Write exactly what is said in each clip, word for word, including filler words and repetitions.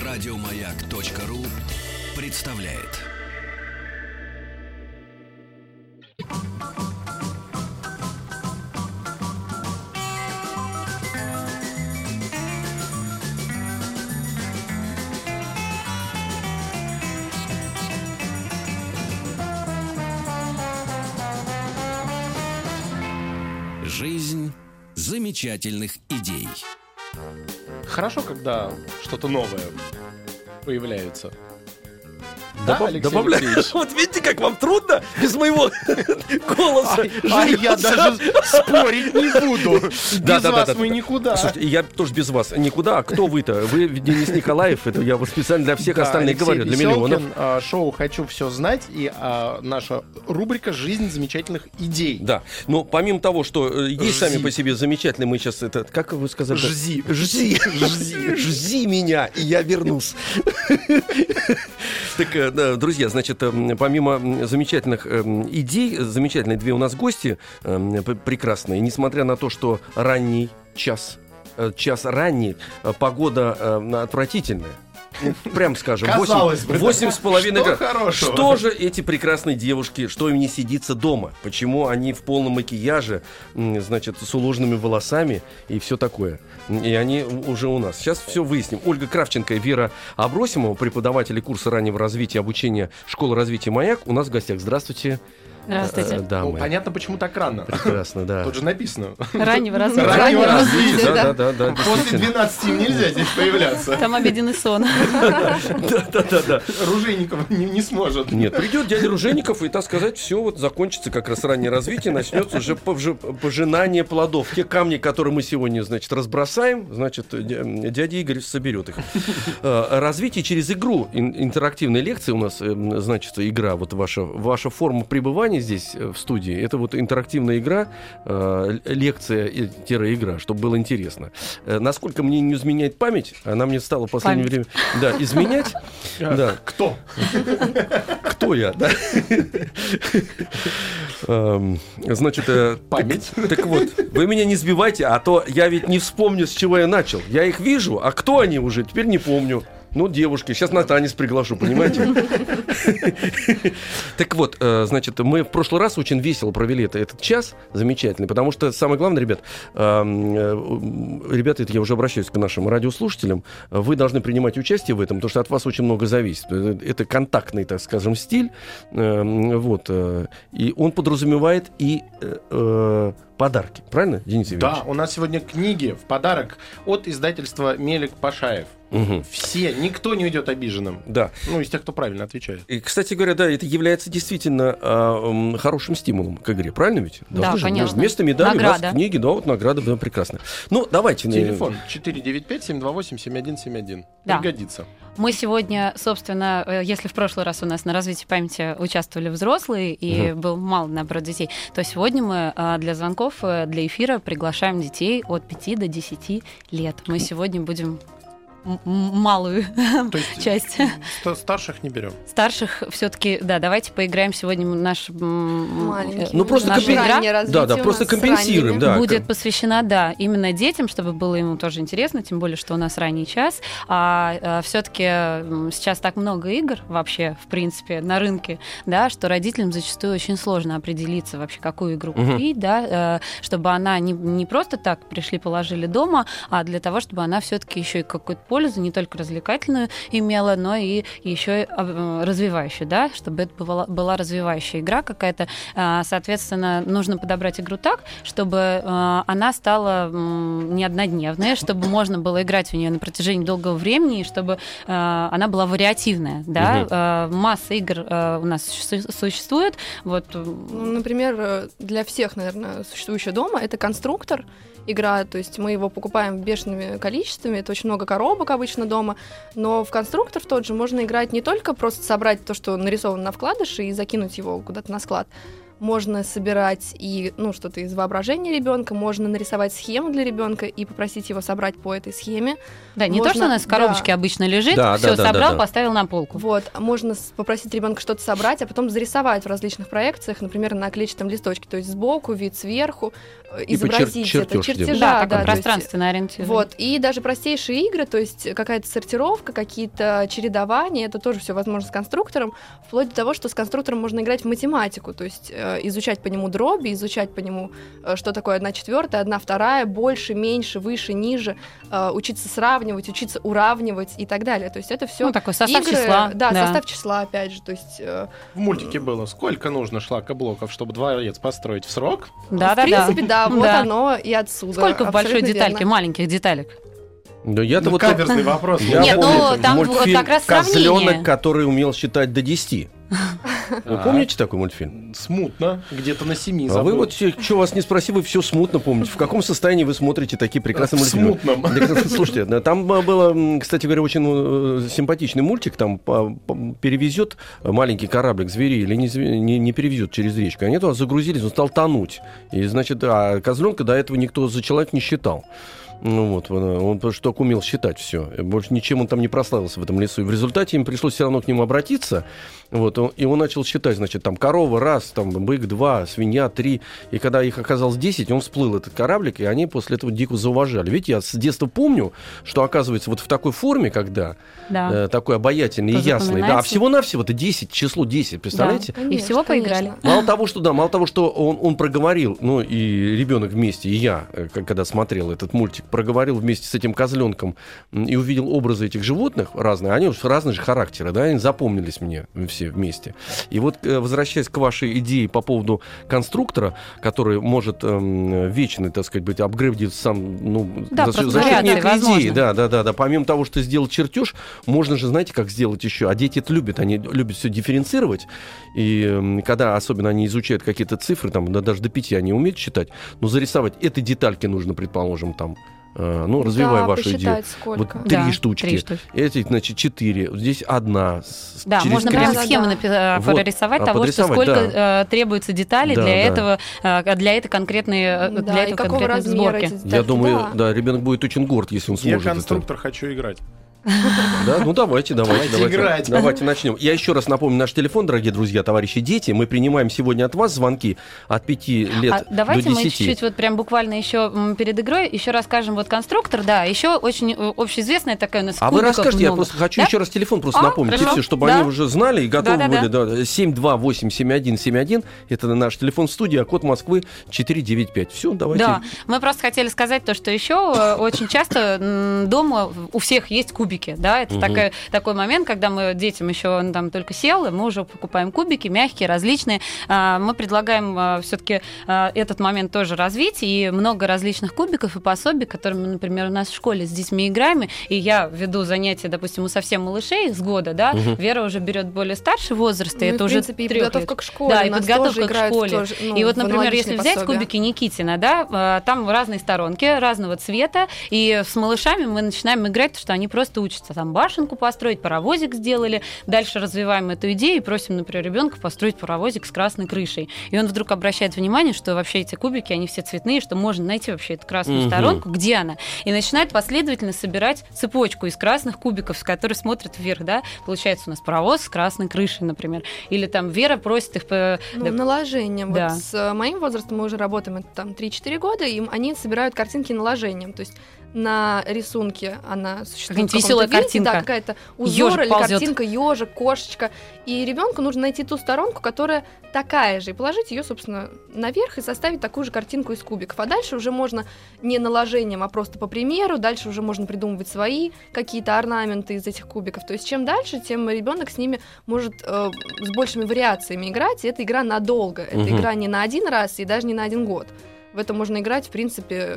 Радиомаяк.ру представляет. Жизнь замечательных идей. Хорошо, когда что-то новое появляется. Да, Да, Алексей добавляю. Алексеевич? Вот видите, как вам трудно без моего голоса. А я даже спорить не буду. Без вас мы никуда. Слушайте, я тоже без вас никуда. А кто вы-то? Вы Денис Николаев. Это я вот специально для всех Да, остальных Алексей говорю, для Веселкин, миллионов. а, шоу «Хочу все знать» и а, наша рубрика «Жизнь замечательных идей». Да. Но помимо того, что э, есть Жзи. сами по себе замечательные, мы сейчас это, как вы сказали? Жзи. Жзи. Жзи. Жзи меня, и я вернусь. Так, э, да, друзья, значит, э, помимо замечательных э, идей, замечательные две у нас гости э, п- прекрасные, несмотря на то, что ранний час, э, час ранний, э, погода э, отвратительная. Ну, прям скажем, Казалось бы, восемь с половиной что градусов. хорошего? Что же эти прекрасные девушки, что им не сидится дома? Почему они в полном макияже, м, значит, с уложенными волосами и все такое? И они уже у нас. Сейчас все выясним. Ольга Кравченко и Вера Абросимова, преподаватели курса раннего развития и обучения школы развития «Маяк», у нас в гостях. Здравствуйте. Здравствуйте. Э, дамы. Ну, понятно, почему так рано. Прекрасно, да. Тут же написано. Раннего развития. Раннего развития, Да, да. да, да, да, После действительно. двенадцати им нельзя здесь появляться. Там обеденный сон. Да, да, да, да. Ружейников не, не сможет. Нет, придет дядя Ружейников, и, так сказать, все вот закончится как раз раннее развитие, начнется уже пожи- пожинание плодов. Те камни, которые мы сегодня, значит, разбросаем, значит, дя- дядя Игорь соберет их. Э, Развитие через игру. Ин- Интерактивная лекция у нас, э, значит, игра, вот ваша, ваша форма пребывания здесь э, в студии, это вот интерактивная игра, э, лекция-игра, чтобы было интересно. Э, Насколько мне не изменяет память, она мне стала в последнее Память. время да, изменять. Да. Кто? Кто я, да? Эм, Значит, э, Память. так, так вот, вы меня не сбивайте, а то я ведь не вспомню, с чего я начал. Я их вижу, а кто они уже, теперь не помню. Ну, девушки, сейчас на танец приглашу, понимаете? Так вот, э, значит, мы в прошлый раз очень весело провели это, этот час, замечательный, потому что самое главное, ребят, э, э, ребята, это я уже обращаюсь к нашим радиослушателям, вы должны принимать участие в этом, потому что от вас очень много зависит. Это, это контактный, так скажем, стиль, э, вот, э, и он подразумевает и э, э, подарки, правильно, Денис Евгеньевич? Да, у нас сегодня книги в подарок от издательства «Мелик Пашаев». Угу. Все, никто не уйдет обиженным. Да. Ну, из тех, кто правильно отвечает. И, кстати говоря, да, это является действительно а, м, хорошим стимулом к игре, правильно ведь? Да, Должны же, конечно. Вместо медали у Награда. вас книги, да, вот награда, да, прекрасно. Ну, давайте. э, Телефон четыре девять пять семь два восемь семь один семь один. Да. Пригодится. Мы сегодня, собственно, э, если в прошлый раз у нас на развитии памяти участвовали взрослые и Мгм. был мало, наоборот, детей, то сегодня мы э, для звонков, э, для эфира приглашаем детей от пяти до десяти лет. Мы сегодня будем м- м- малую То есть часть. ста- старших не берем. Старших все-таки, да, давайте поиграем сегодня наш м, Маленький. э, Ну, просто наша компен- игра Раннее развитие Да, да, у просто нас с компенсируем, ранними. да. будет как- посвящена, да, именно детям, чтобы было ему тоже интересно, тем более, что у нас ранний час. А, все-таки сейчас так много игр вообще, в принципе, на рынке, да, что родителям зачастую очень сложно определиться вообще, какую игру Мгм. купить, да, э, чтобы она не, не просто так пришли, положили дома, а для того, чтобы она все-таки еще и какую-то пользу, не только развлекательную имела, но и еще и э, развивающую, да, чтобы это была, была развивающая игра какая-то. А, Соответственно, нужно подобрать игру так, чтобы э, она стала м, не однодневная, чтобы можно было играть в нее на протяжении долгого времени, и чтобы э, она была вариативная, да. Мгм. Э, масса игр э, у нас су- существует. Вот, э, Ну, например, э, для всех, наверное, существующего дома это конструктор, игра, то есть мы его покупаем бешеными количествами, это очень много коробок обычно дома, но в конструктор в тот же можно играть не только просто собрать то, что нарисовано на вкладыше, и закинуть его куда-то на склад. можно собирать и, ну, что-то из воображения ребенка, можно нарисовать схему для ребенка и попросить его собрать по этой схеме. Да, не можно, то, что у нас в коробочке да. обычно лежит, Да, все да, да, собрал, да, да. поставил на полку. Вот, можно попросить ребенка что-то собрать, а потом зарисовать в различных проекциях, например, на клетчатом листочке, то есть сбоку, вид сверху, изобразить чер- это, чертёж чертежа. делать. Да, Да, такой то есть, пространственно ориентированный. вот, и даже простейшие игры, то есть какая-то сортировка, какие-то чередования, это тоже все возможно с конструктором, вплоть до того, что с конструктором можно играть в математику, то есть э, изучать по нему дроби, изучать по нему, э, что такое одна четвертая, одна вторая, больше, меньше, выше, ниже, э, учиться сравнивать, учиться уравнивать и так далее. То есть это все Ну, такой состав игры, числа. Да, Да. состав числа, опять же. То есть, э, В мультике было, сколько нужно шлакоблоков, чтобы дворец построить в срок? Да, в да, да. принципе, да, вот Да. оно и отсюда. Сколько в большой Абсолютно детальке, верно. маленьких деталек? Но я-то Ну, вот каверзный вопрос. Я Нет, помню ну, там вот мультфильм как раз «Козлёнок», сравнение. который умел считать до десяти. Вы А. помните такой мультфильм? Смутно, где-то на семи А забыл. вы вот, что вас не спроси, вы все смутно помните. В каком состоянии вы смотрите такие прекрасные В мультфильмы? смутном. Так, слушайте, да, там было, м, кстати говоря, очень э, симпатичный мультик. Там по- по- перевезет маленький кораблик зверей или не, зве- не, не перевезет через речку. Они туда загрузились, он стал тонуть. И, значит, а козленка до этого никто за человека не считал. Ну вот, он, он просто только умел считать все. Больше ничем он там не прославился в этом лесу. И в результате им пришлось все равно к нему обратиться. Вот, он, и он начал считать, значит, там корова раз, там бык два, свинья три. И когда их оказалось десять, он всплыл, этот кораблик, и они после этого дико зауважали. Видите, я с детства помню, что, оказывается, вот в такой форме, когда Да. э, такой обаятельный и Кто ясный, да, а запоминается. всего-навсего-то десять, число десять, представляете? И всего поиграли. конечно. Мало того, что да, мало того, что он, он проговорил, ну и ребенок вместе, и я, э, к- когда смотрел этот мультик, проговорил вместе с этим козленком м, и увидел образы этих животных разные, они уж разные же характеры, да, они запомнились мне все вместе. И вот, э, возвращаясь к вашей идее по поводу конструктора, который может эм, вечно, так сказать, быть апгрейдить сам, ну, Да, за, просто за счет вариации некой идеи, возможны. да, да, да, да. Помимо того, что сделать чертеж, можно же, знаете, как сделать еще. А дети это любят, они любят все дифференцировать. И м, когда особенно они изучают какие-то цифры, там, да, даже до пяти они умеют считать, но зарисовать этой детальки нужно, предположим, там, э, ну, развивая Да, вашу идею. посчитать Вот сколько. три Да, штучки. три штуки. Эти, значит, четыре. Вот здесь одна. с- Да, через можно крест. прям Да, да, схемы да. напи- Вот. прорисовать А, того, что подрисовать, сколько да. э, требуется деталей Да, для да. этого, э, для этой конкретной, э, Да, для и этой какого конкретной размера сборки. эти Я детальки, думаю, да. да, ребенок будет очень горд, если он Я сможет это. конструктор хочу играть. Да, ну давайте, давайте, Давайте давайте, играть. давайте начнем. Я еще раз напомню наш телефон, дорогие друзья, товарищи дети. Мы принимаем сегодня от вас звонки от пяти лет А давайте до мы десяти. чуть-чуть вот прям буквально еще м, перед игрой еще расскажем вот конструктор, да, еще очень э, общеизвестная такая у нас А вы кубиков расскажите, я много. просто хочу Да? еще раз телефон просто А, напомнить, и хорошо. все, чтобы Да. они уже знали и готовы Да-да-да. были. Да, семь два восемь семь один семь один, это наш телефон в студии, а код Москвы четыре девять пять. Все, давайте. Да, мы просто хотели сказать то, что еще э, очень часто м, дома у всех есть кубики, да, это Мгм. такая, такой момент, когда мы детям еще он там только сел, и мы уже покупаем кубики, мягкие, различные. А, Мы предлагаем все-таки этот момент тоже развить, и много различных кубиков и пособий, которыми, например, у нас в школе с детьми играем, и я веду занятия, допустим, у совсем малышей с года, да, Мгм. Вера уже берет более старший возраст, и Ну, и, это в уже принципе, и трёх подготовка лет. к школе. Да, У и нас подготовка тоже к играют в школе. тоже, ну, И вот, в например, если аналогичные взять пособия. кубики Никитина, да, э, там разные сторонки, разного цвета, и с малышами мы начинаем играть, что они просто учатся там башенку построить, паровозик сделали, дальше развиваем эту идею и просим, например, ребенка построить паровозик с красной крышей. И он вдруг обращает внимание, что вообще эти кубики, они все цветные, что можно найти вообще эту красную Мгм. сторонку, где она, и начинает последовательно собирать цепочку из красных кубиков, с которой смотрят вверх, да, получается у нас паровоз с красной крышей, например, или там Вера просит их... по- Ну, да, наложением. Да. Вот с э, моим возрастом мы уже работаем, это там три-четыре года, и они собирают картинки наложением. То есть на рисунке она существует. Какая-нибудь в каком-то веселая виде, картинка. Да, какая-то Ёжик узор или ползёт. картинка, ежик, кошечка. И ребенку нужно найти ту сторонку, которая такая же, и положить ее, собственно, наверх и составить такую же картинку из кубиков. А дальше уже можно не наложением, а просто по примеру. Дальше уже можно придумывать свои какие-то орнаменты из этих кубиков. То есть чем дальше, тем ребенок с ними может э, с большими вариациями играть. И это игра надолго. Это Мгм. игра не на один раз и даже не на один год. В это можно играть, в принципе,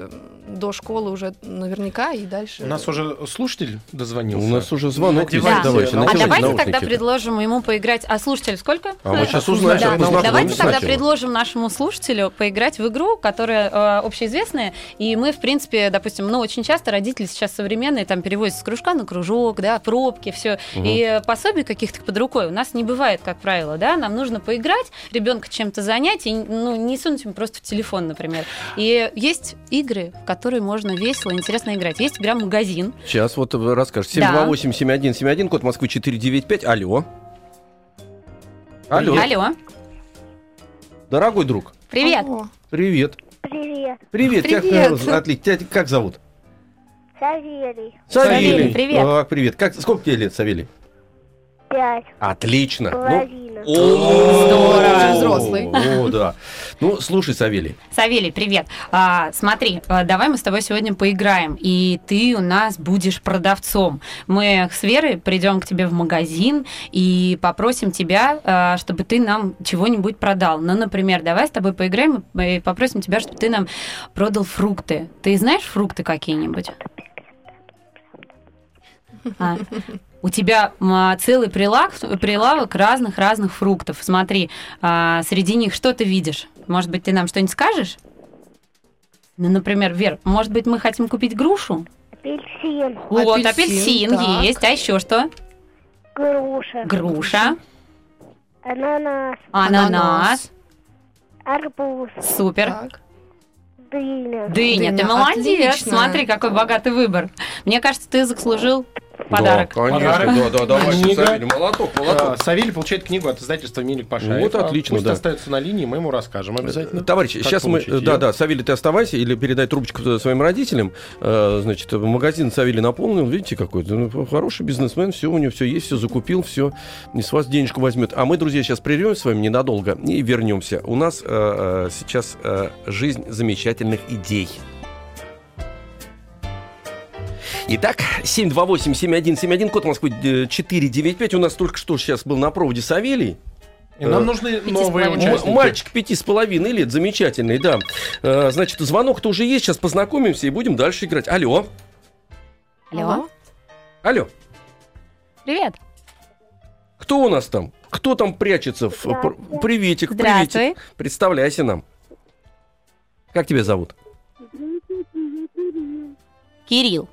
до школы уже наверняка и дальше. У нас уже слушатель дозвонился. У нас уже звонок. Надевайте Да. Давайте, А надевайте давайте наушники. тогда предложим ему поиграть. А слушатель сколько? А мы сейчас Да. узнаем, Да. сейчас познакомимся Давайте тогда сначала. предложим нашему слушателю поиграть в игру, которая э, общеизвестная. И мы, в принципе, допустим, ну, очень часто родители сейчас современные там перевозят с кружка на кружок, да, пробки, все. Мгм. И пособий каких-то под рукой у нас не бывает, как правило, да. Нам нужно поиграть, ребенка чем-то занять, и ну, не сунуть ему просто в телефон, например. И есть игры, в которые можно весело, интересно играть. Есть игра «Магазин». Сейчас вот вы расскажете. семь два восемь семь один семь один, код Москвы четыре девять пять. Алло. Алло. Алло. Дорогой друг, Привет. О, привет. Привет, Привет. Тебя, Привет. э, отлично. Тебя как зовут? Савелий, Савелий, привет. А, привет. Как, сколько тебе лет, Савелий? пять, Отлично. Ну, половина. о, Здорово. Взрослый. О, да. Ну, слушай, Савелий. Савелий, привет. А, смотри, а, давай мы с тобой сегодня поиграем, и ты у нас будешь продавцом. Мы с Верой придем к тебе в магазин и попросим тебя, а, чтобы ты нам чего-нибудь продал. Ну, например, давай с тобой поиграем и попросим тебя, чтобы ты нам продал фрукты. Ты знаешь фрукты какие-нибудь? А, у тебя м, целый прилав, прилавок разных-разных фруктов. Смотри, а, среди них что ты видишь? Может быть, ты нам что-нибудь скажешь? Ну, например, Вер, может быть, мы хотим купить грушу? Апельсин, Вот, Апельсин, апельсин так. есть. А еще что? груша, Груша, ананас, ананас. арбуз, Супер. так. дыня, Дыня, ты Дыня, молодец. отлично. Смотри, какой богатый выбор. Мне кажется, ты заслужил подарок. Да, конечно. Подарок. Да, да, давай, Книга. Савелий. Молоток, А, молоток. Савелий получает книгу от издательства «Милик Пашаев». Вот А отлично, Пусть да. остается на линии, мы ему расскажем обязательно. Товарищи, как сейчас мы... получить Да, её. да, Савелий, ты оставайся или передай трубочку своим родителям. Э, Значит, магазин Савелий наполнил, видите, какой ну, хороший бизнесмен, все у него все есть, все закупил, все, и с вас денежку возьмет. А мы, друзья, сейчас прервем с вами ненадолго и вернемся. У нас э, э, сейчас э, жизнь замечательных идей. Итак, семь два восемь семь один семь один, код Москвы э, четыре девять пять. У нас только что сейчас был на проводе Савелий. И нам нужны Пяти с новые половиной. участники. М- Мальчик пяти с половиной лет, замечательный, да. Э, Значит, звонок-то уже есть, сейчас познакомимся и будем дальше играть. Алло, Алло. алло, Привет. кто у нас там? Кто там прячется? В... Здравствуйте. Пр- Приветик, Здравствуй. приветик. Представляйся нам. Как тебя зовут? Кирилл.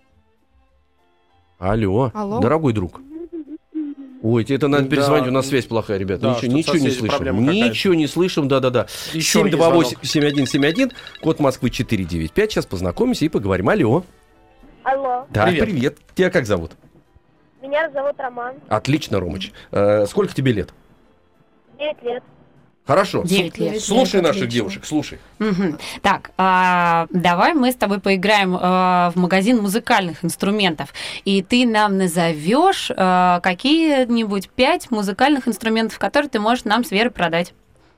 Алло, Алло. дорогой друг. Ой, это надо Да. перезвонить, у нас связь плохая, ребят. Да, ничего что-то ничего со не связью слышим. проблема какая-то. Ничего не слышим, да-да-да. Еще семь два восемь семь один семь один, код Москвы четыре девять пять. Сейчас познакомимся и поговорим. Алло. алло, Да, Привет. привет. Тебя как зовут? меня зовут Роман, Отлично, Ромыч. Э, сколько тебе лет? девять лет, Хорошо. Девять Слу- лет. Слушай Лет, наших отлично. девушек, слушай. Мгм. Так, а, давай мы с тобой поиграем а, в магазин музыкальных инструментов. И ты нам назовешь а, какие-нибудь пять музыкальных инструментов, которые ты можешь нам с Верой продать.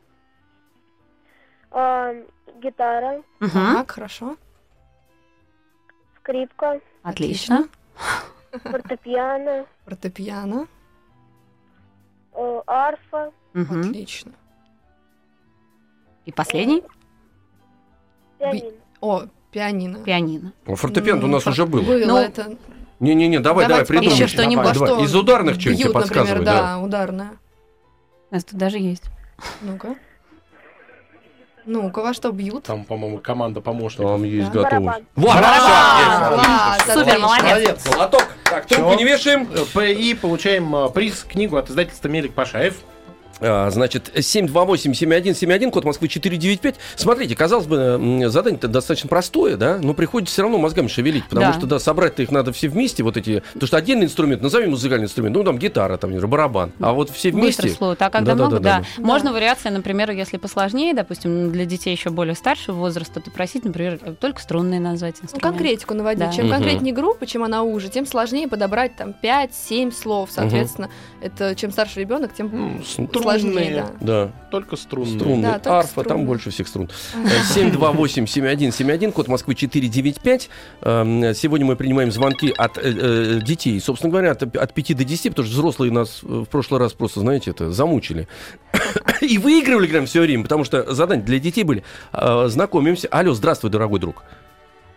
а, гитара, Мгм. Так, хорошо. скрипка, Отлично. фортепиано, Фортепиано. э, арфа, Мгм. Отлично. И последний пианино. О, пианино. пианино. О, Фортепиано у нас Фор- уже было. Было Ну, это. Не-не-не, давай, давай, Давайте придумай. Еще что-нибудь. Давай, давай. Что Из ударных что-нибудь тебе бьют, например, подсказывай. да, Да. ударная. У нас тут даже есть. Ну-ка. Ну-ка, во что бьют? Там, по-моему, команда помощников. Там есть Да. готовый. Барабан. Вот, Барабан! всё, есть, Класс, отлично. Супер, отлично. молодец. Молодец. Молоток. Так, трубку Всё. не вешаем. Э, И получаем э, приз, книгу от издательства «Мелик Пашаев». А, Значит, семь два восемь семь один семь один, код Москвы четыре девять пять. Смотрите, казалось бы, м, задание-то достаточно простое, да, но приходится все равно мозгами шевелить, потому Да. что, да, собрать-то их надо все вместе, вот эти, потому что отдельный инструмент, назови музыкальный инструмент, ну, там гитара, там, не знаю, барабан, а вот все вместе... Быстро слово. Так, когда Да-да-да-да-да. много, да. Да. Можно вариация, например, если посложнее, допустим, для детей еще более старшего возраста, то просить, например, только струнные назвать Ну, инструменты. конкретику наводить. Да. Чем Мгм. конкретнее группа, чем она уже, тем сложнее подобрать там пять-семь слов. Соответственно, это чем старше ребенок, тем М, сложнее. струнные. Да. Да, Только струнные. струнные. Да, только Арфа, там струнные. больше всех струн. семь два восемь семь один семь один, код Москвы четыре девять пять. Эм, Сегодня мы принимаем звонки от э, э, детей, собственно говоря, от, от пяти до десяти, потому что взрослые нас э, в прошлый раз просто, знаете, это замучили. И выигрывали прям все время, потому что задания для детей были. Э, Знакомимся. Алло, здравствуй, дорогой друг.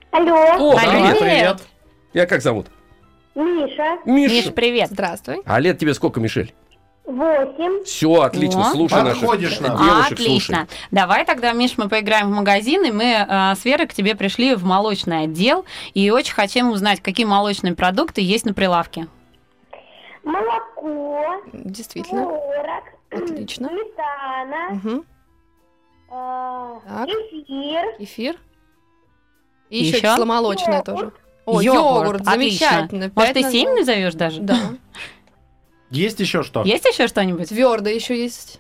Алло, О, Алло. привет. Привет. Я как зовут? Миша, Миша. Миш, привет. Здравствуй. А лет тебе сколько, Мишель? восемь. Все, отлично, О. слушай наших Подходишь нам. девушек, Отлично. слушай. Давай тогда, Миш, мы поиграем в магазин, и мы э, с Верой к тебе пришли в молочный отдел, и очень хотим узнать, какие молочные продукты есть на прилавке. Молоко, Действительно. творог, Отлично. сметана, Мгм. а, Так. кефир, Кефир. И Ещё? еще кисломолочное Йогурт. тоже. О, йогурт, отлично. замечательно. Может, ты Пять семь назвал. назовешь даже? Да. Есть еще что? Есть еще что-нибудь? Твердое еще есть.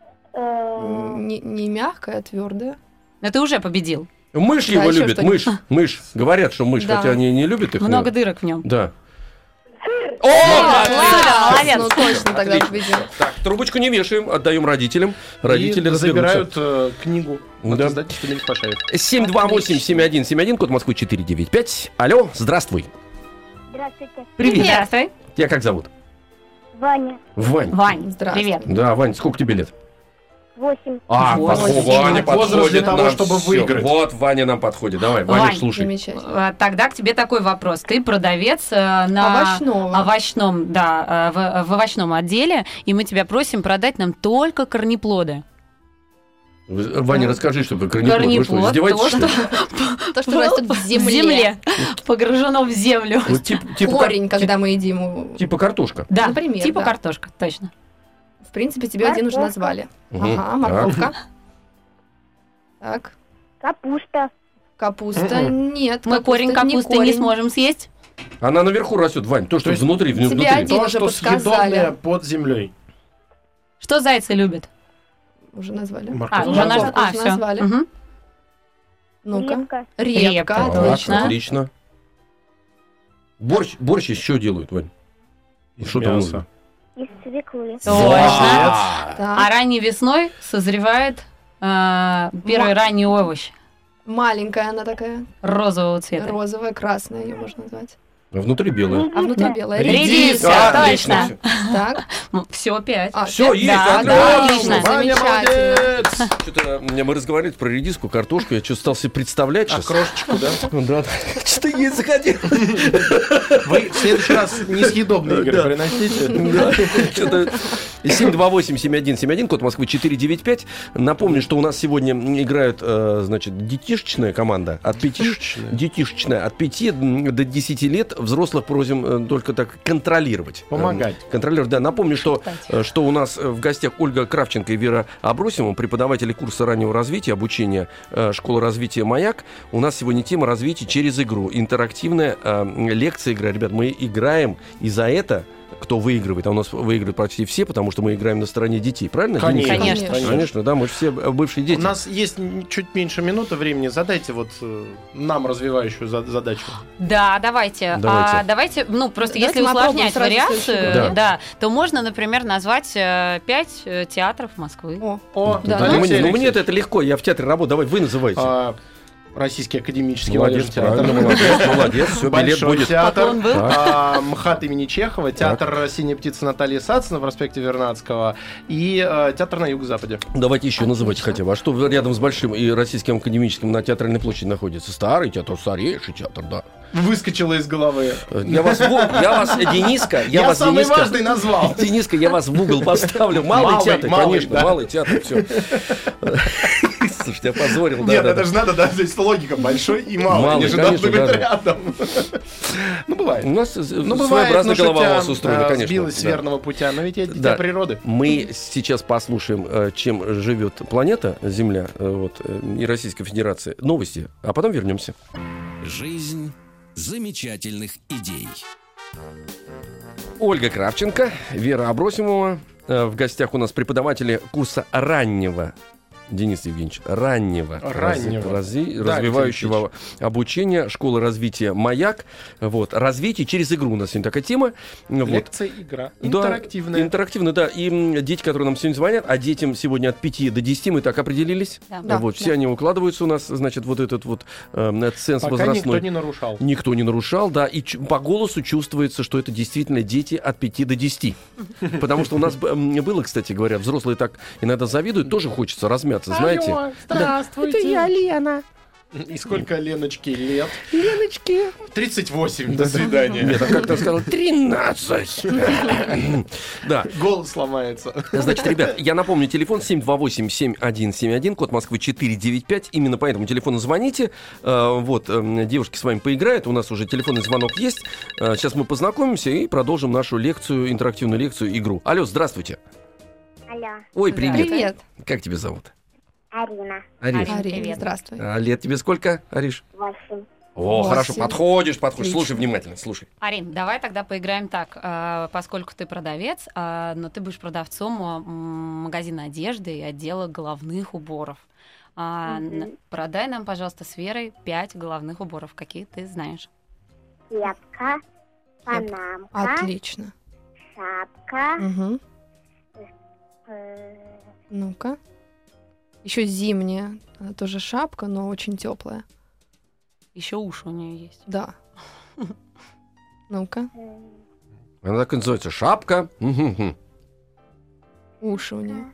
э, Не, не мягкое, а твердое. Но ты уже победил. Мышь Да, его ещё любит, что-нибудь. мышь, мышь. Говорят, что мышь, Да. хотя они не любят их. Много но- дырок в нем. Да. О, Класс! молодец. Ну точно тогда Отлично. победил. Так, трубочку не вешаем, отдаем родителям. Родители И разберутся. забирают э, книгу от Да. издательства Демид Пашаев. семь два восемь семь один семь один, код Москвы четыре девять пять. Алло, здравствуй. здравствуйте, Привет. Здравствуй. Тебя как зовут? Ваня, Вань. Вань, Здравствуй. привет. Да, Вань, сколько тебе лет? восемь. А, Восемь. подходит. Ваня Возраст подходит для того, нам. чтобы Всё. выиграть. Вот, Ваня нам подходит. Давай, Ваня, Вань, слушай. Замечательно. Э, Тогда к тебе такой вопрос. Ты продавец э, на Овощного. овощном, да, э, в, в овощном отделе, и мы тебя просим продать нам только корнеплоды. Вы- Ваня, расскажи, что такое корнеплод. Вы что, Корнеплод, издеваетесь, то, что ли? То, что растет в земле. В земле. Погружено в землю. Вот тип- типа кар- Корень, когда мы едим. его. Типа картошка. Да, Например, типа да. картошка, точно. В принципе, тебе один уже Морковка. назвали. Мгм. Ага, морковка. Так, Капуста, капуста. Мгм. Нет, Мы капуста корень это капусты не корень. сможем съесть. Она наверху растет, Вань. То, что То есть внутри, тебе внутри. один То, уже что подсказали. съедобное под землей. Что зайцы любят? Уже назвали. А, Морковка. уже наш... Морковку а, уже все. назвали. Ну-ка. репка, Репка, Репка, Так, отлично. отлично. Борщ, борщ из чего делают, Вань? Что там Мясо. нужно? из свеклы, Точно. А Так, ранней весной созревает э, первый Ма- ранний овощ маленькая она такая, розового цвета. розовая, красная ее можно назвать. А внутри белое. А внутри белая. Редиска, Редиска. точно. Так. Все, пять. А, Все, пять? есть, Да, отлично. да, отлично, Ваня замечательно. молодец! Что-то мы разговаривали про редиску, картошку. Я что-то стал себе представлять А сейчас. крошечку, да? Да. Что есть захотел. Вы в следующий раз несъедобные игры Да. приносите. Да. Что-то семь два восемь семь один семь один, код Москвы четыре девять пять. Напомню, что у нас сегодня играют, э, значит, детишечная команда от пяти, Детишечная. детишечная от пяти до десяти лет. Взрослых просим э, только так контролировать. Помогать. Э, Контролировать, да. Напомню, что, э, что у нас э, в гостях Ольга Кравченко и Вера Абросимова, преподаватели курса раннего развития, обучения э, школы развития «Маяк». У нас сегодня тема развития через игру. Интерактивная э, лекция игра. Ребят, мы играем, и за это кто выигрывает, а у нас выигрывают почти все, потому что мы играем на стороне детей, правильно? Конечно, Денис? Конечно. Конечно, да, мы же все э, бывшие дети. У нас есть н- чуть меньше минуты времени. Задайте вот э, нам развивающую за- задачу. Да, давайте. Давайте. А, давайте, ну, просто Давайте если мы попробуем усложнять сразу вариацию, следующую игру. да. Да. то можно, например, назвать э, пять э, театров Москвы. О, О, Да, Да, ну, ну, мне, ну, Алексей мне это легко, я в театре работаю, давай вы называйте. А, Российский академический Молодец, военный театр. правильно, молодец, молодец, все, билет Большой будет. театр. Поклон был? А, МХАТ имени Чехова, театр «Синяя птица» Натальи Сац на проспекте Вернадского и э, театр на юго-западе. Давайте еще Отлично. называйте хотя бы. А что рядом с Большим и Российским академическим на Театральной площади находится? Старый театр, старейший театр, да. Выскочила из головы. Я вас, в угол- я вас, Дениска, я, Я вас, самый Дениска, важный назвал. Дениска, я вас в угол поставлю. Малый, Малый, театр, малый, конечно, да. малый театр, все. Слушайте, опозорил, да, Нет, да, это да. же надо, да, здесь логика. Большой и малый. Малый, Они же должны конечно, быть да, да. рядом. Ну, бывает. У нас Ну, ну, бывает, своеобразная ну, голова у шутя, вас устроена, э, конечно. сбилась с Да. верного путя, но ведь это дитя Да. природы. Мы сейчас послушаем, э, чем живет планета Земля, э, вот, э, и Российская Федерация. Новости, а потом вернемся. Жизнь замечательных идей. Ольга Кравченко, Вера Абросимова. Э, В гостях у нас преподаватели курса раннего, Денис Евгеньевич, раннего, Раннего. разви- Да, развивающего обучения школы развития «Маяк». Вот. Развитие через игру у нас сегодня такая тема. Вот. Лекция, игра. Да, Интерактивная. интерактивно, да. И м, дети, которые нам сегодня звонят, а детям сегодня от пяти до десяти мы так определились. Да. Да. Вот, все они укладываются у нас, значит, вот этот вот э, ценз Пока возрастной. никто не нарушал. Никто не нарушал, да, и чу- по голосу чувствуется, что это действительно дети от пяти до десяти. Потому что у нас б- м, было, кстати говоря, взрослые так иногда завидуют, тоже хочется размяться, знаете. Здравствуйте. Это я, Лена. И сколько Леночке лет? Леночки. тридцать восемь. До свидания. Нет, а как-то сказал тринадцать. Да. Голос ломается. Значит, ребят, я напомню, телефон семь два восемь семь один семь один, код Москвы четыре девять пять. Именно по этому телефону звоните. Э, Вот, э, девушки с вами поиграют. У нас уже телефонный звонок есть. Э, Сейчас мы познакомимся и продолжим нашу лекцию, интерактивную лекцию, игру. Алло, здравствуйте. Алло, Ой, привет. Привет, Как тебя зовут? Арина. Ариш. Арина, Арина, привет. здравствуй. А лет тебе сколько, Ариш? Восемь. О, Восемь. хорошо, подходишь, подходишь. Отлично. Слушай внимательно, слушай. Арин, давай тогда поиграем так. А, Поскольку ты продавец, а, но ты будешь продавцом м, магазина одежды и отдела головных уборов. А, Мгм. н- Продай нам, пожалуйста, с Верой пять головных уборов, какие ты знаешь. Кепка, панамка, Отлично. шапка, Мгм. э, Ну-ка. Еще зимняя, а, тоже шапка, но очень теплая. Еще уши у нее есть. Да. Ну-ка. э, Она так и называется. Шапка. Мгм. Уши у нее.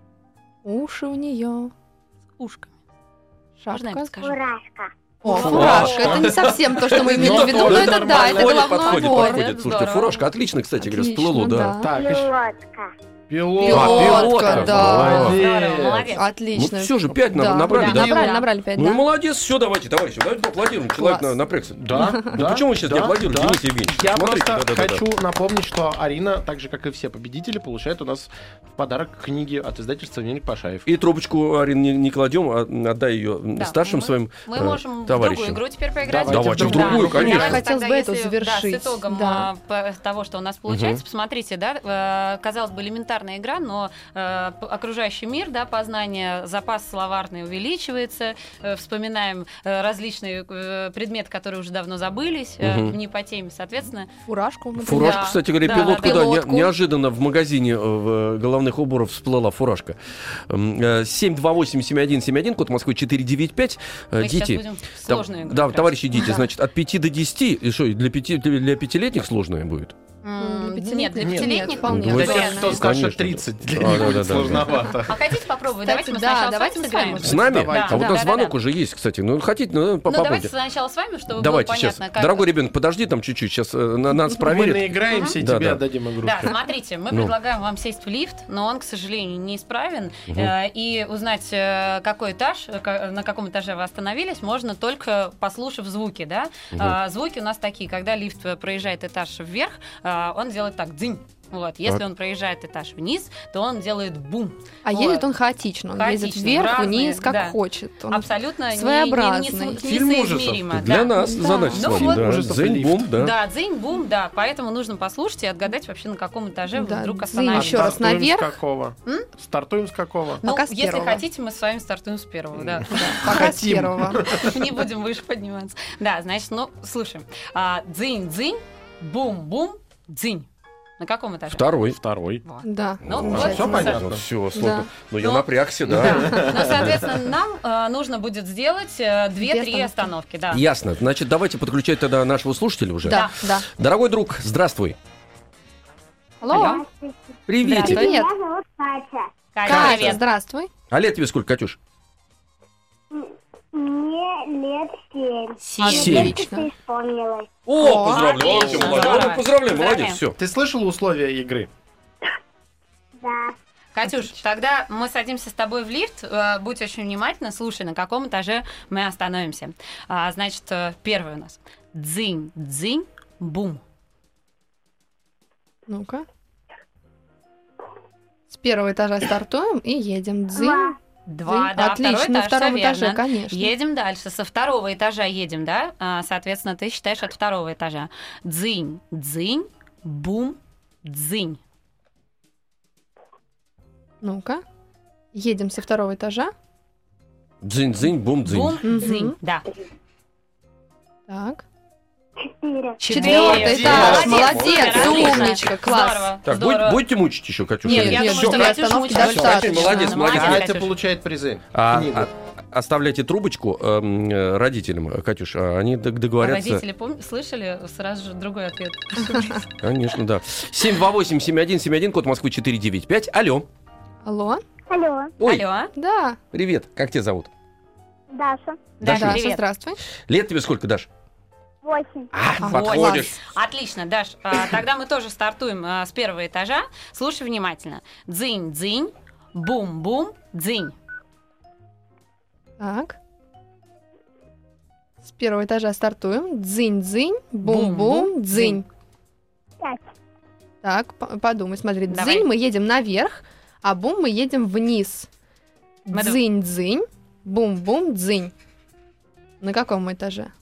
Уши у нее. С ушками. Можно я Шапка. подскажу? фуражка. О, Фуражка. фуражка. Это не совсем то, что мы имели в виду, но тоже это да, это нормально. Подходит, головной подходит, убор. подходит. Слушайте, Здорово. фуражка отлично, кстати говоря, Отлично, всплыло, да. Так, еще Пилотка. пилот. Пилотка, да. Здорово, молодец. Отлично. Ну все же, пять Да. набрали, да? Набрали, Да. набрали пять, Ну и да. молодец, все, давайте, товарищи, давайте поаплодируем. Человек Класс. на- напрягся. Да, Ну да, почему вы сейчас да, не аплодируете, да. Денис Евгеньевич? Я Смотрите, просто да-да-да-да. хочу напомнить, что Арина, так же, как и все победители, получает у нас в подарок книги от издательства Мельник Пашаев. И трубочку, Арин, не, не кладем, а отдай ее Да, старшим мы- своим Мы э, можем в товарищам. другую игру теперь поиграть. Давайте Давайте в в другую, другую, конечно. Давайте Хотелось тогда, бы это если, завершить. Да, с итогом Да. а, по- того, что у нас получается. Посмотрите, да, э, казалось бы, элементарная игра, но э, п- окружающий мир, да, познание, запас словарный увеличивается, э, вспоминаем э, различные э, предметы, которые уже давно забылись, э, Мгм. не по теме, соответственно. Фуражку. например. Фуражка, Да. кстати говоря, Да, пилотку, да, да, не- пилотку. неожиданно в магазине э, в, э, головных уборов всплыла фуражка. М, э, семь два восемь семь один семь один, код Москвы четыре девять пять. Э, Мы сейчас Дети, будем в да, сложную игру да, играть. товарищи дети, Да. значит, от пяти до десяти, и что, для, пяти, для пятилетних сложное будет? М, Для Нет, для пятилетних? пятилетних Нет, вполне. Ну, Для это- тех, реально. кто старше Конечно. тридцать, для А, них да, будет да, да, сложновато. А хотите попробовать? Кстати, Давайте мы да, сначала давайте с вами с вами. сыграем. С нами? Давайте. А вот у Да, нас да, да, звонок да. уже есть, кстати. Ну, хотите, ну, Ну, давайте попробуйте. сначала с вами, чтобы Давайте было сейчас. понятно, как... Дорогой ребенок, подожди там чуть-чуть, сейчас нас Мы проверит. наиграемся и Да, тебе да. отдадим Да, игрушку. смотрите, мы Ну. предлагаем вам сесть в лифт, но он, к сожалению, неисправен. Мгм. Э, и узнать, э, какой этаж, э, ка- на каком этаже вы остановились, можно только послушав звуки, да? Мгм. А, звуки у нас такие, когда лифт э, проезжает этаж вверх, э, он делает так, дзынь. Вот. Если Так. он проезжает этаж вниз, то он делает бум. А Вот. едет он хаотично. Он ездит Хаотично, вверх, разные, вниз, как да. хочет. Он Абсолютно не- своеобразный. не, не, Фильм несоизмеримо. ужасов. Для да. нас Да. задача с Ну вами, вот. да. Ужасов Дзынь, лифт. бум, да. Да, дзынь-бум, да. Поэтому нужно послушать и отгадать вообще, на каком этаже вы Да, вдруг дзынь остановились. еще раз Стартуем наверх. с какого? М? Стартуем с какого? Ну, Пока с если первого. хотите, мы с вами стартуем с первого, да. Пока с Хотим. первого. Не будем выше подниматься. Да, значит, ну, слушаем. А, Дзынь-дзынь, бум-бум, дзынь. На каком этаже? Второй. Второй. Вот. Да. Ну, А, вот, всё замечательно. понятно. Ну, все, Да. Ну, я Ну, напрягся, Да. да. Ну, соответственно, нам э, нужно будет сделать э, Две две-три остановки. остановки. Да. Ясно. Значит, давайте подключать тогда нашего слушателя уже. Да, да. Дорогой друг, здравствуй. Алло. Алло. Приветик. Здравствуй. Привет. Меня зовут Катя. Катя, Катя, привет. здравствуй. А лет тебе сколько, Катюш? Мне лет семь. Семь. Только Отлично. что исполнилось. О, О, поздравляю. отлично, Вообще молодец. здорово. Ну, Поздравляем, молодец, Поздравляем. все. Ты слышала условия игры? Да. Катюш, тогда мы садимся с тобой в лифт. Э, Будь очень внимательна, слушай, на каком этаже мы остановимся. А, значит, э, первый у нас. Дзынь, дзынь, бум. Ну-ка. С первого этажа стартуем и едем. Дзынь. Два. Два, дзынь. да, Отлично, второй на этаж, втором всё этаже, верно. конечно. Едем дальше. Со второго этажа едем, да? А, соответственно, ты считаешь от второго этажа. Дзынь, дзынь, бум, дзынь. Ну-ка. Едем со второго этажа. Дзынь-дзынь, бум-дзынь. Бум, Мгм. дзынь. Да. Так. Четыре. Четвёртый Четыре. этаж. Молодец, Молодец, супер, отлично. умничка, класс. Здорово, Так, здорово. будь- будете мучить еще, Катюша? Нет, или Я нет, думаю, что две Катюш остановки мучает. достаточно. Молодец, молодец, Молодец, молодец. Катя Катюш. получает призы. А, Книгу. а- оставляйте трубочку эм, э, родителям, Катюш, а они д- договорятся. Родители пом- слышали слышали же другой ответ. Конечно, да. семь два восемь семь один семь один, код Москвы четыре девять пять. Алло. Алло. Алло. Ой, Алло. Да. привет. Как тебя зовут? Даша. Даша, Даша, привет. здравствуй. Лет тебе сколько, Даш? Восемь. А, Ага. подходишь. Отлично, Даш. а, Тогда мы тоже стартуем а, с первого этажа. Слушай внимательно. Дзынь-дзынь, бум-бум, дзынь. Так. С первого этажа стартуем. Дзынь-дзынь, бум-бум, дзынь. Пять. Так, п- подумай, смотри. Давай. Дзынь мы едем наверх, а бум мы едем вниз. Мы- Дзынь-дзынь, бум-бум, дзынь. На каком мы этаже?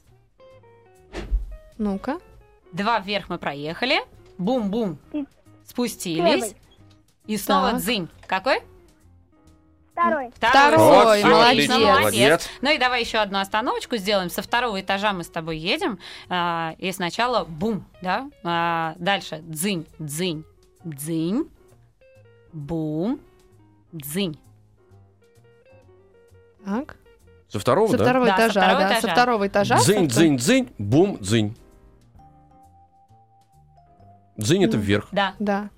Ну-ка. Два вверх мы проехали. Бум-бум. И- Спустились. Первый. И снова Так. дзынь. Какой? Второй. Второй. Вот, Ой, всё, молодец. отлично, молодец. Ну и давай еще одну остановочку сделаем. Со второго этажа мы с тобой едем. а, и сначала бум, да? А, дальше дзынь, дзынь, дзынь, бум, дзынь. Так. Со второго, Со да? второго Да, со этажа, второго да. этажа. Со второго этажа. Дзынь, со втор- дзынь, дзынь, бум, дзынь. Дзынь это Ну. вверх. Да. Да.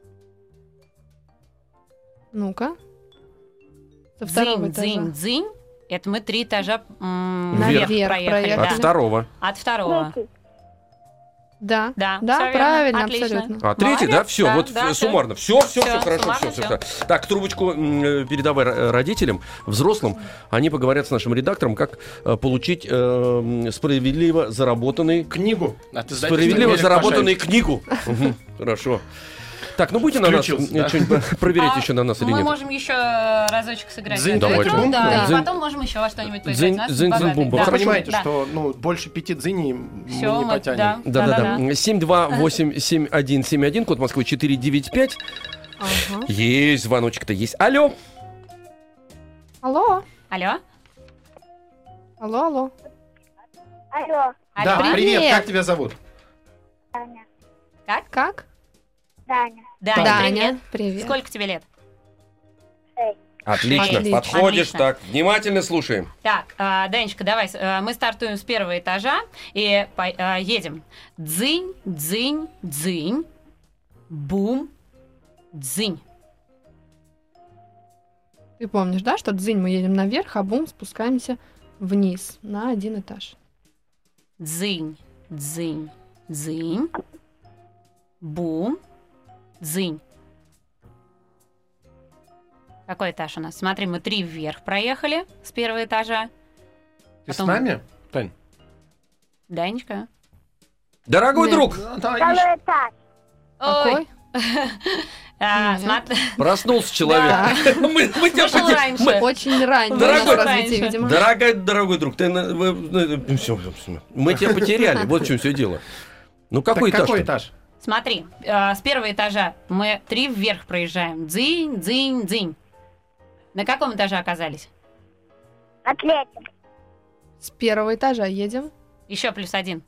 Ну-ка. Со второго Дзынь, этажа. дзынь, дзынь. Это мы три этажа м, Вверх. наверх проехали. проехали. От Да. второго. От второго. Третий. Да. Да, Да, всё верно. правильно, Отлично. абсолютно. А третий, да? Молодец, Все, да, вот да, э, суммарно. Все, все, все Всё, хорошо, суммарно все, все всё. хорошо. Так, трубочку м, э, передавай ро- родителям, взрослым. Они поговорят с нашим редактором, как э, получить э, м, справедливо заработанный, Книгу. От издательства справедливо «Мелик заработанную Пашаев». книгу. Мгм, хорошо. Так, ну будете на нас Включился, э, да. что-нибудь проверять А еще на нас или мы нет? можем еще разочек сыграть. Дзынь, в эту давайте. игру, да, Дзынь. и потом можем еще во что-нибудь поиграть. Дзынь, У нас дзынь, богатый, дзынь, бум. Вы да. Хорошо. понимаете, Да. что ну, больше пяти дзыней мы Всё, не мы- потянем. да. Да-да-да. семь два восемь семь один семь один, код Москвы четыре девять пять. Ага. Есть звоночек-то есть. Алло. Алло. Алло? Алло, алло. Алло. Да, Алло? привет, Привет. как тебя зовут? Таня. Как? Таня. Даня, Даня. привет. Привет. Сколько тебе лет? Отлично. Отлично. Подходишь Отлично. так. Внимательно слушаем. Так, а, Данечка, давай, с- а, мы стартуем с первого этажа и по- а, едем. Дзынь, дзынь, дзынь, бум, дзынь. Ты помнишь, да, что дзынь мы едем наверх, а бум спускаемся вниз на один этаж. Дзынь, дзынь, дзынь, бум, дзынь. Какой этаж у нас? Смотри, мы три вверх проехали с первого этажа. Ты с Потом- нами, Тань? Данечка. Дорогой Нет. друг, Да, ищ- Второй этаж. Какой? А, Нет. смотри. проснулся человек. Мы мы тебя Вышел поте- раньше. мы- Очень раннее Дорогой- у нас развитие, Раньше. видимо. Дорогой, дорогой друг, ты на- вы- ну, всё, всё. Мы тебя потеряли. Вот в чем все дело. Ну Так какой этаж? какой этаж? Смотри, э, с первого этажа мы три вверх проезжаем. Дзынь, дзынь, дзынь. На каком этаже оказались? Атлетик. С первого этажа едем. Еще плюс один.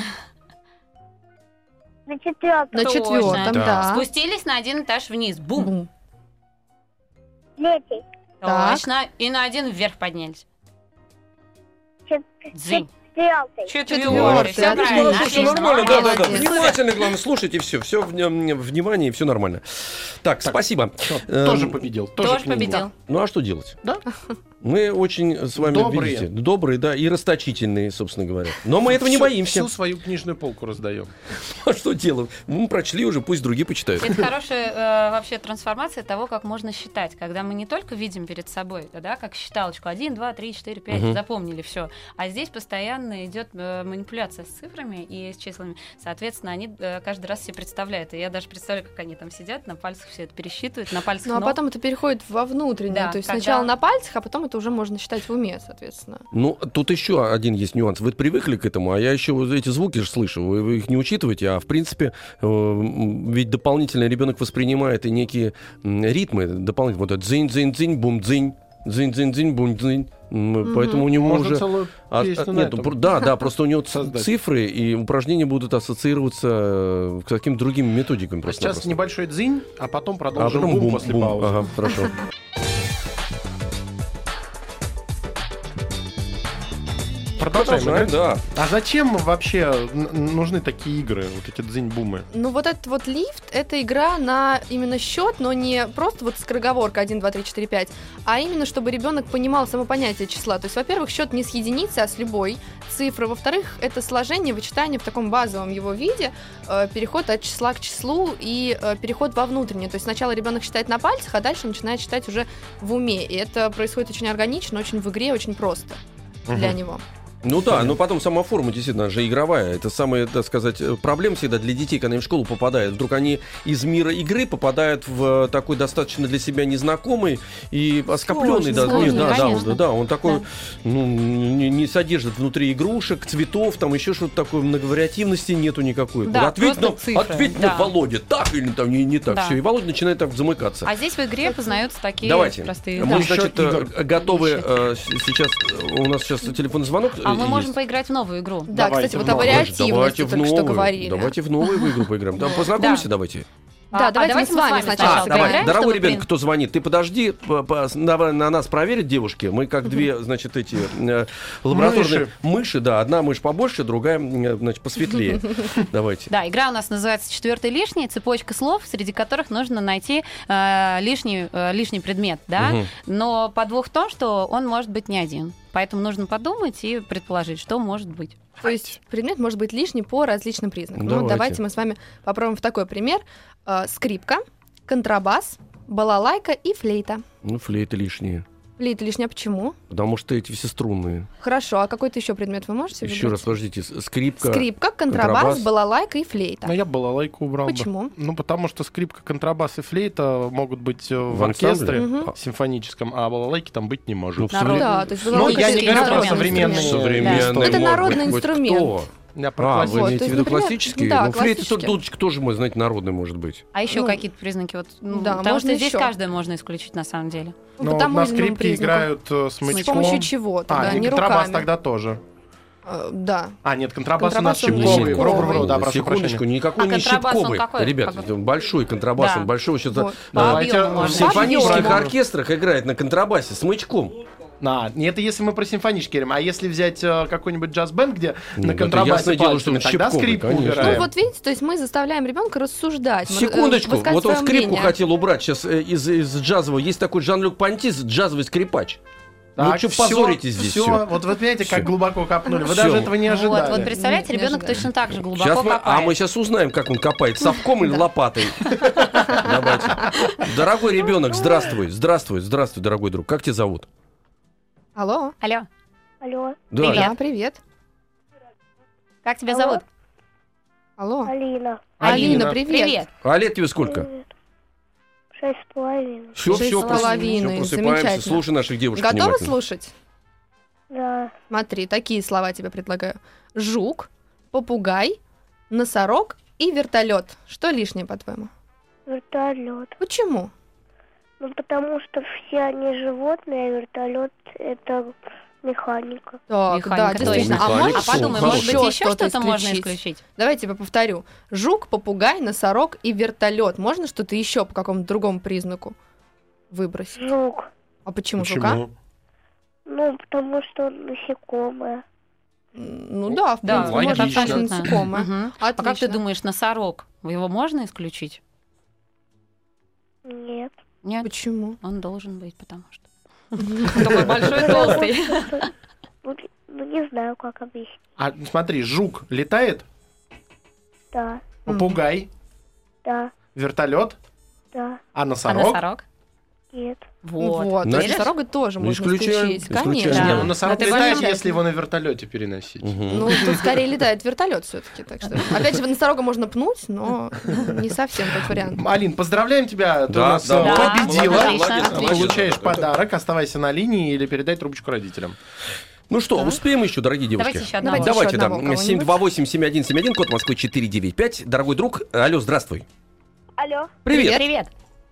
На четвертом. На Точно. четвертом, Да. да. Спустились на один этаж вниз. Бум. Бум. Третий. Так. Точно. И на один вверх поднялись. Чет- Дзынь. Четвертый. Четвертый. Четвёртый. Все Отлично. правильно. Все Отлично. нормально, да, да, да. Молодец. Внимательно, главное, слушайте все, все внимание, все нормально. Так, спасибо. Всё, Эм, Тоже победил. Тоже, Тоже книгу. победил. Ну а что делать? Да. Мы очень с вами, Добрые. видите, добрые, да, и расточительные, собственно говоря. Но мы этого не Всю- боимся. Всю свою книжную полку раздаем. А что делать? Мы прочли уже, пусть другие почитают. Это хорошая э, вообще трансформация того, как можно считать, когда мы не только видим перед собой, да, как считалочку один, два, три, четыре, пять, Мгм. запомнили все, а здесь постоянно идет э, манипуляция с цифрами и с числами. Соответственно, они э, каждый раз себе представляют. И я даже представляю, как они там сидят, на пальцах все это пересчитывают, на пальцах Ну а ног. потом это переходит во внутреннее. Да, То есть когда- сначала на пальцах, а потом это уже можно считать в уме, соответственно. Ну, тут еще один есть нюанс. Вы привыкли к этому, а я еще вот эти звуки же слышу. Вы, вы их не учитываете, а в принципе, э, м, ведь дополнительно ребенок воспринимает и некие м, ритмы дополнительно. Вот это дзынь-дзынь-дзынь, бум-дзынь, дзынь-дзынь-дзынь, бум-дзынь. М, Мгм. Поэтому у него Можно уже... целую А- песню а- на нет, этом. ну, про- да, да, просто у него ц- создать. цифры и упражнения будут ассоциироваться э, с какими-то другими методиками. А Просто сейчас небольшой дзынь, а потом а продолжим потом бум, бум, после бум. паузы. Ага, хорошо. Продолжаем Продолжаем, играть? да. А зачем вообще н- нужны такие игры, вот эти дзынь-бумы? Ну, вот этот вот лифт — это игра на именно счет, но не просто вот скороговорка один, два, три, четыре, пять, а именно, чтобы ребенок понимал само понятие числа. То есть, во-первых, счет не с единицы, а с любой цифры. Во-вторых, это сложение, вычитание в таком базовом его виде, э, переход от числа к числу и э, переход во внутреннее. То есть сначала ребенок считает на пальцах, а дальше начинает считать уже в уме. И это происходит очень органично, очень в игре, очень просто для Мгм. него. Ну да, но потом сама форма действительно же игровая. Это самая, так сказать, проблема всегда для детей, когда они в школу попадают. Вдруг они из мира игры попадают в такой достаточно для себя незнакомый и оскопленный. Да, сложный, мир. да, да, конечно. он, да, он такой, Да. ну, не, не содержит внутри игрушек, цветов, там еще что-то такое, многовариативности нету никакой. Да, ответь просто на, цифры. ответь Да. на Володя, так или там не, не так. Да. Все, и Володя начинает так замыкаться. А здесь в игре познаются такие Давайте. простые... Мы, Да. значит, Еще э, игр. готовы Еще. э, с- сейчас. У нас сейчас телефонный звонок. А мы э, можем есть. поиграть в новую игру. Да, Давайте кстати, вот в о новую. вариативности Давайте в только что новую. говорили. Давайте в новую игру поиграем. Там познакомимся, давайте. Да, А, давайте а мы с вами сначала А, давай. поиграем, Дорогой чтобы, ребенок, блин, кто звонит, ты подожди, по- по- на, на нас проверят девушки. Мы как две, значит, эти э, лабораторные Мыши. мыши, да, одна мышь побольше, другая, э, значит, посветлее. Давайте. Да, игра у нас называется «Четвертый лишний», цепочка слов, среди которых нужно найти э, лишний, э, лишний предмет, да? Мгм. Но подвох в том, что он может быть не один. Поэтому нужно подумать и предположить, что может быть. То есть предмет может быть лишний по различным признакам. Давайте. Ну, давайте мы с вами попробуем в такой пример. Э, скрипка, контрабас, балалайка и флейта. Ну, флейты лишние. Флейта лишняя почему? Потому что эти все струнные. Хорошо, а какой-то еще предмет вы можете Еще выбрать? раз, подождите. с- Скрипка. Скрипка, контрабас, контрабас. балалайка и флейта. Ну, я балалайку убрал бы. Почему? Ну, потому что скрипка, контрабас и флейта могут быть э, в, В ансамбле? оркестре Мгм. симфоническом, а балалайки там быть не может. Ну, в Народ- Да, то есть Ну, балалайка я это не говорю про народный современные. инструмент. Современный. Это может народный быть, инструмент. кто? Я про А, классику. вы Вот, имеете то в есть, виду например, классические? да, Ну, флейта, классические. дудочка тоже, может, знаете, народный может быть. А еще Ну, какие-то признаки? Вот, ну, да, потому можно что здесь еще. каждое можно исключить на самом деле. Ну, Но по тому на или иному скрипке признаку. играют э, с С смычком. помощью чего? Тогда А, и не контрабас руками. тогда тоже. Э, да. А, нет, контрабас, Контрабас у нас он щипковый. щипковый. Вру, вру, вру, да, прошу Секундочку, прощения. никакой А не контрабас, он щипковый. какой? Ребят, Как- это большой контрабас, Да. он большой. Сейчас Вот. По Давайте объему в в можно. симфонических Объёму. оркестрах играет на контрабасе с маячком. А, это если мы про симфонический говорим. А если взять э, какой-нибудь джаз-бенд, где Ну, на это контрабасе ясное дело, что пальцами, он тогда щипковый, скрипку конечно. убираем. Ну вот видите, то есть мы заставляем ребенка рассуждать. м- э, Секундочку, высказать вот он своё скрипку мнение. хотел убрать сейчас э, из, из джазового. Есть такой Жан-Люк Пантис, джазовый скрипач. Ну что всё, позорите здесь всё. все? Вот вы понимаете, как Всё. глубоко копнули. Вы Всё. даже этого не Вот, ожидали. вот представляете, Не- не ребенок ожидали. точно так же глубоко Сейчас мы, копает. а мы сейчас узнаем, как он копает, совком или Да. лопатой. Давайте. Дорогой ребенок, здравствуй, здравствуй, здравствуй, дорогой друг. Как тебя зовут? Алло. Алло, Алло, Да. Привет. Да, привет. как тебя Алло. зовут? Алло. Алина. Алина, привет. Привет. А лет тебе сколько? Привет. Шесть с половиной. Все, Шесть все, с половиной, просыпаемся. замечательно. Слушай наших девушек Готова внимательно. слушать? Да. Смотри, такие слова тебе предлагаю. Жук, попугай, носорог и вертолет. Что лишнее, по-твоему? Вертолет. Почему? Ну, потому что все они животные, а вертолет это механика. Так, Механика, да, точно. действительно. А Механика, можешь А подумай, Хорошо. может быть, ещё еще что-то можно исключить? исключить? Давайте я повторю. Жук, попугай, носорог и вертолет. Можно что-то еще по какому-то другому признаку выбросить? Жук. А почему, жука? Почему? Ну, потому что он насекомое. М, Ну да, в Да, принципе, можно логично. сказать насекомое. Мгм. А как ты Отлично. думаешь, носорог, его можно исключить? Нет. Нет, Почему? он должен быть, потому что... Такой большой, толстый. Ну, ну, не знаю, как объяснить. А смотри, жук летает, Да, попугай, да, вертолет, да, а А носорог? носорог? нет. Вот, Вот. то есть Значит, носорога тоже ну, можно исключаем, исключить. исключаем. Конечно. Да. Не, ну носорог Это летает, замечательно. если его на вертолете переносить. Мгм. Ну, тут скорее летает вертолет все-таки, так что. Опять же, носорога можно пнуть, но ну, не совсем тот вариант. Алин, поздравляем тебя. Ты Да, у нас да, э, молодец, победила. молодец, молодец. Получаешь Это- подарок. Оставайся на линии или передай трубочку родителям. Ну что, Так. успеем еще, дорогие девушки? Давайте еще одного. Давайте. Давайте, еще да. одного семь два восемь семь один семь один, код Москвы четыре девять пять. Дорогой друг, алло, здравствуй. Алло. Привет. Привет.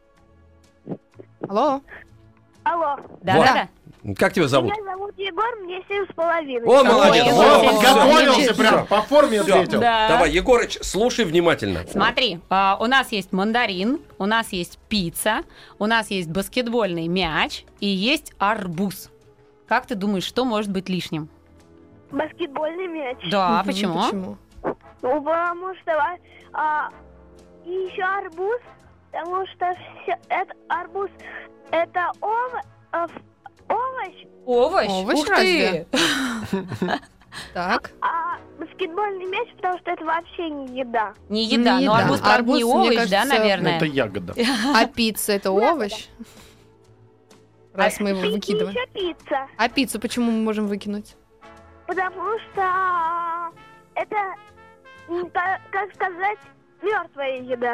Алло. Алло. Да, Вот. да, да. Как тебя зовут? Меня зовут Егор, мне семь с половиной. О, молодец. Ой, О, ой, всё. Подготовился всё. прям, по форме Всё. ответил. Да. Давай, Егорыч, слушай внимательно. Смотри, а, у нас есть мандарин, у нас есть пицца, у нас есть баскетбольный мяч и есть арбуз. Как ты думаешь, что может быть лишним? Баскетбольный мяч. Да, Мгм, почему? Почему? Ну, потому что а, и еще арбуз, потому что все, это арбуз это ов, а, ф- овощ, Овощ? Овощ Ух разве? ты! Так. а баскетбольный мяч, потому что это вообще не еда. Не еда, Не но еда. арбуз, правда, Арбуз, не мне овощ, да, кажется, наверное? Это ягода. А пицца это овощ? Раз мы его И выкидываем. еще пицца, А пиццу почему мы можем выкинуть? потому что а, это, м, ка- как сказать, мертвая еда.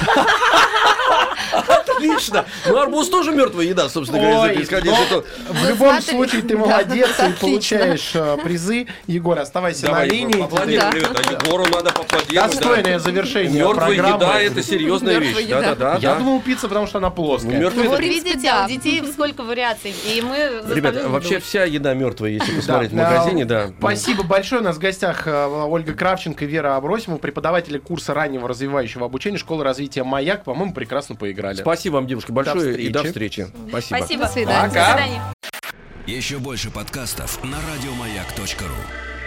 Отлично. Ну, арбуз тоже мертвая еда, собственно говоря, Ой, исходя но из этого. В любом смотри. случае, ты Да, молодец и отлично. получаешь э, призы. Егор, оставайся Давай, на линии. поаплодируем, Да. ребята. А Егору надо поаплодировать. Достойное да. завершение Мертвая программы. еда — это серьезная Мертвая вещь. еда. Да-да-да. Я да. думал пицца, потому что она плоская. Ну, мертвая Вот еда. видите, да. у детей сколько вариаций, и мы заставляем Ребята, вообще думать. вся еда мертвая, если посмотреть в Да. магазине, да. Спасибо большое. У нас в гостях э, Ольга Кравченко и Вера Абросимова, преподаватели курса раннего развивающего обучения школы развития «Маяк». По-моему, прекрасно поиграли. Спасибо вам, девушки, большое и до встречи. встречи. Спасибо. Спасибо. До свидания. До свидания. Еще больше подкастов на радиомаяк точка ру.